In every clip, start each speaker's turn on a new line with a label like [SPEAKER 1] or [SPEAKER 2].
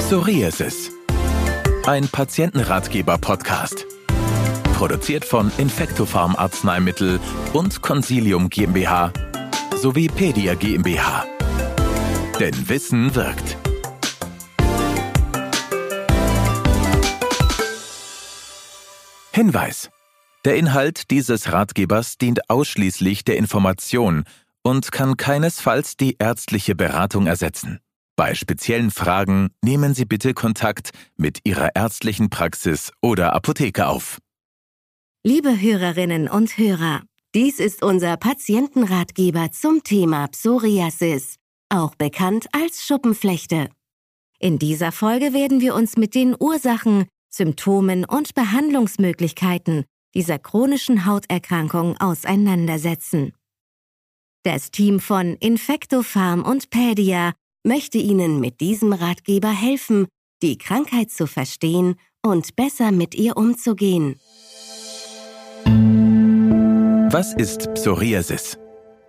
[SPEAKER 1] Psoriasis. Ein Patientenratgeber-Podcast. Produziert von Infectopharm Arzneimittel und Consilium GmbH sowie Pedia GmbH. Denn Wissen wirkt. Hinweis: Der Inhalt dieses Ratgebers dient ausschließlich der Information und kann keinesfalls die ärztliche Beratung ersetzen. Bei speziellen Fragen nehmen Sie bitte Kontakt mit Ihrer ärztlichen Praxis oder Apotheke auf.
[SPEAKER 2] Liebe Hörerinnen und Hörer, dies ist unser Patientenratgeber zum Thema Psoriasis, auch bekannt als Schuppenflechte. In dieser Folge werden wir uns mit den Ursachen, Symptomen und Behandlungsmöglichkeiten dieser chronischen Hauterkrankung auseinandersetzen. Das Team von Infectopharm und Pedia möchte Ihnen mit diesem Ratgeber helfen, die Krankheit zu verstehen und besser mit ihr umzugehen.
[SPEAKER 1] Was ist Psoriasis?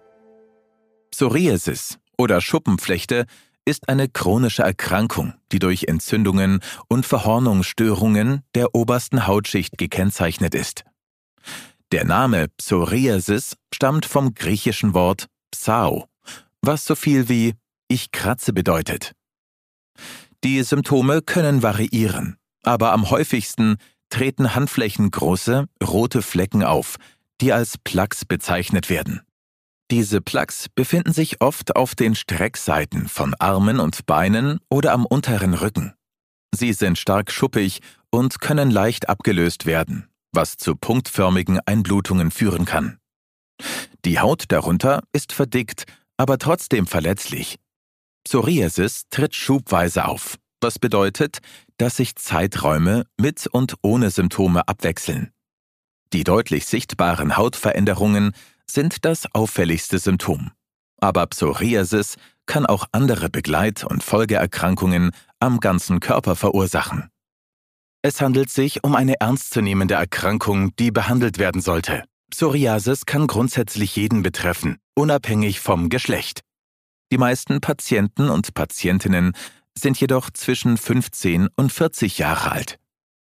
[SPEAKER 1] Psoriasis oder Schuppenflechte ist eine chronische Erkrankung, die durch Entzündungen und Verhornungsstörungen der obersten Hautschicht gekennzeichnet ist. Der Name Psoriasis stammt vom griechischen Wort Psao, was so viel wie „ich kratze“ bedeutet. Die Symptome können variieren, aber am häufigsten treten handflächengroße, rote Flecken auf, die als Plaques bezeichnet werden. Diese Plaques befinden sich oft auf den Streckseiten von Armen und Beinen oder am unteren Rücken. Sie sind stark schuppig und können leicht abgelöst werden, was zu punktförmigen Einblutungen führen kann. Die Haut darunter ist verdickt, aber trotzdem verletzlich. Psoriasis tritt schubweise auf, was bedeutet, dass sich Zeiträume mit und ohne Symptome abwechseln. Die deutlich sichtbaren Hautveränderungen sind das auffälligste Symptom. Aber Psoriasis kann auch andere Begleit- und Folgeerkrankungen am ganzen Körper verursachen. Es handelt sich um eine ernstzunehmende Erkrankung, die behandelt werden sollte. Psoriasis kann grundsätzlich jeden betreffen, unabhängig vom Geschlecht. Die meisten Patienten und Patientinnen sind jedoch zwischen 15 und 40 Jahre alt.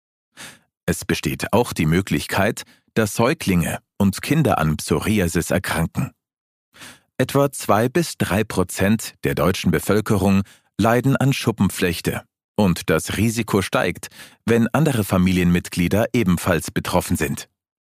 [SPEAKER 1] Es besteht auch die Möglichkeit, dass Säuglinge und Kinder an Psoriasis erkranken. Etwa 2-3% der deutschen Bevölkerung leiden an Schuppenflechte und das Risiko steigt, wenn andere Familienmitglieder ebenfalls betroffen sind.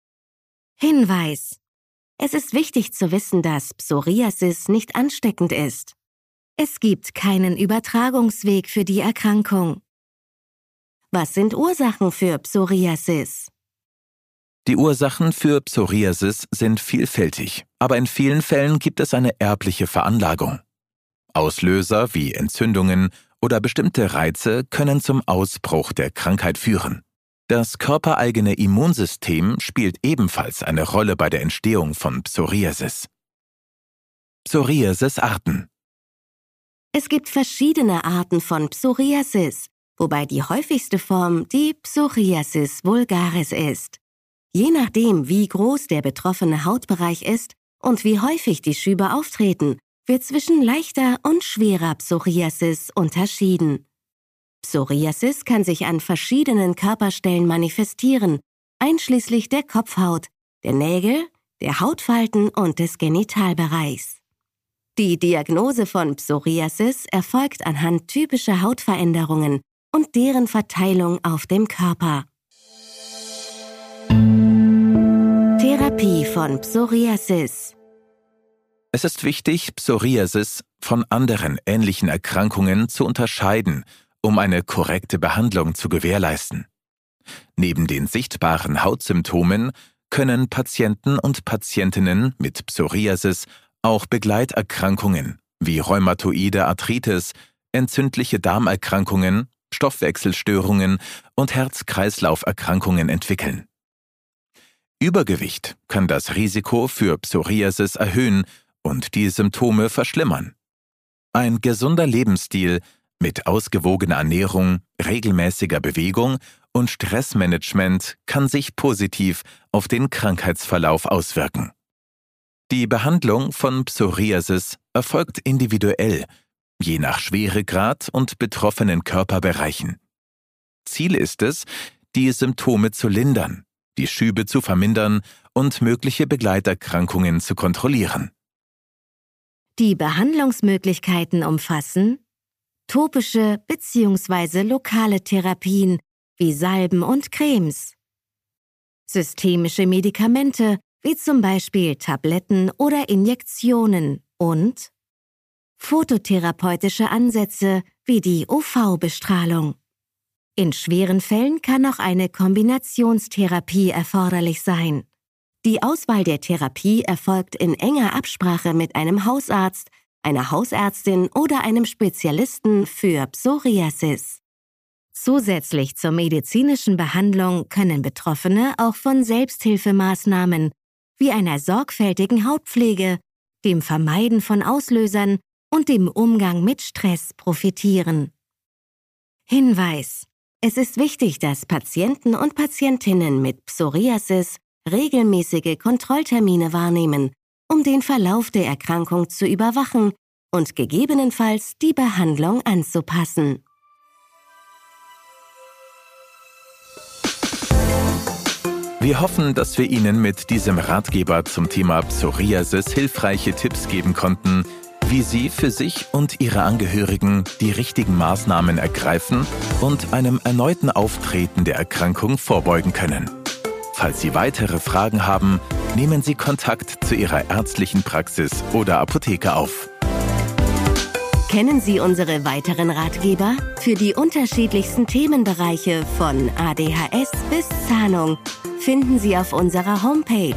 [SPEAKER 2] Hinweis: Es ist wichtig zu wissen, dass Psoriasis nicht ansteckend ist. Es gibt keinen Übertragungsweg für die Erkrankung. Was sind Ursachen für Psoriasis?
[SPEAKER 1] Die Ursachen für Psoriasis sind vielfältig, aber in vielen Fällen gibt es eine erbliche Veranlagung. Auslöser wie Entzündungen oder bestimmte Reize können zum Ausbruch der Krankheit führen. Das körpereigene Immunsystem spielt ebenfalls eine Rolle bei der Entstehung von Psoriasis. Psoriasis-Arten.
[SPEAKER 2] Es gibt verschiedene Arten von Psoriasis, wobei die häufigste Form die Psoriasis vulgaris ist. Je nachdem, wie groß der betroffene Hautbereich ist und wie häufig die Schübe auftreten, wird zwischen leichter und schwerer Psoriasis unterschieden. Psoriasis kann sich an verschiedenen Körperstellen manifestieren, einschließlich der Kopfhaut, der Nägel, der Hautfalten und des Genitalbereichs. Die Diagnose von Psoriasis erfolgt anhand typischer Hautveränderungen und deren Verteilung auf dem Körper. Therapie von Psoriasis.
[SPEAKER 1] Es ist wichtig, Psoriasis von anderen ähnlichen Erkrankungen zu unterscheiden, um eine korrekte Behandlung zu gewährleisten. Neben den sichtbaren Hautsymptomen können Patienten und Patientinnen mit Psoriasis auch Begleiterkrankungen wie rheumatoide Arthritis, entzündliche Darmerkrankungen, Stoffwechselstörungen und Herz-Kreislauf-Erkrankungen entwickeln. Übergewicht kann das Risiko für Psoriasis erhöhen und die Symptome verschlimmern. Ein gesunder Lebensstil mit ausgewogener Ernährung, regelmäßiger Bewegung und Stressmanagement kann sich positiv auf den Krankheitsverlauf auswirken. Die Behandlung von Psoriasis erfolgt individuell, je nach Schweregrad und betroffenen Körperbereichen. Ziel ist es, die Symptome zu lindern, die Schübe zu vermindern und mögliche Begleiterkrankungen zu kontrollieren.
[SPEAKER 2] Die Behandlungsmöglichkeiten umfassen topische bzw. lokale Therapien wie Salben und Cremes, systemische Medikamente wie zum Beispiel Tabletten oder Injektionen und phototherapeutische Ansätze wie die UV-Bestrahlung. In schweren Fällen kann auch eine Kombinationstherapie erforderlich sein. Die Auswahl der Therapie erfolgt in enger Absprache mit einem Hausarzt, einer Hausärztin oder einem Spezialisten für Psoriasis. Zusätzlich zur medizinischen Behandlung können Betroffene auch von Selbsthilfemaßnahmen wie einer sorgfältigen Hautpflege, dem Vermeiden von Auslösern und dem Umgang mit Stress profitieren. Hinweis: Es ist wichtig, dass Patienten und Patientinnen mit Psoriasis regelmäßige Kontrolltermine wahrnehmen, um den Verlauf der Erkrankung zu überwachen und gegebenenfalls die Behandlung anzupassen.
[SPEAKER 1] Wir hoffen, dass wir Ihnen mit diesem Ratgeber zum Thema Psoriasis hilfreiche Tipps geben konnten, wie Sie für sich und Ihre Angehörigen die richtigen Maßnahmen ergreifen und einem erneuten Auftreten der Erkrankung vorbeugen können. Falls Sie weitere Fragen haben, nehmen Sie Kontakt zu Ihrer ärztlichen Praxis oder Apotheke auf.
[SPEAKER 2] Kennen Sie unsere weiteren Ratgeber? Für die unterschiedlichsten Themenbereiche von ADHS bis Zahnung finden Sie auf unserer Homepage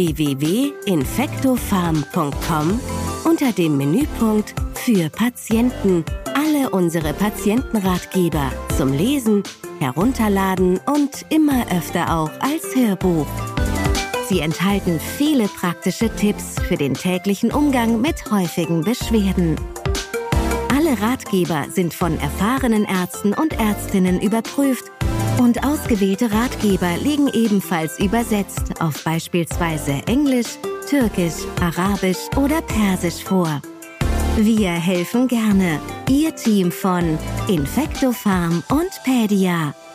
[SPEAKER 2] www.infectofarm.com unter dem Menüpunkt für Patienten alle unsere Patientenratgeber zum Lesen, Herunterladen und immer öfter auch als Hörbuch. Sie enthalten viele praktische Tipps für den täglichen Umgang mit häufigen Beschwerden. Alle Ratgeber sind von erfahrenen Ärzten und Ärztinnen überprüft und ausgewählte Ratgeber liegen ebenfalls übersetzt auf beispielsweise Englisch, Türkisch, Arabisch oder Persisch vor. Wir helfen gerne. Ihr Team von Infectofarm und Pedia.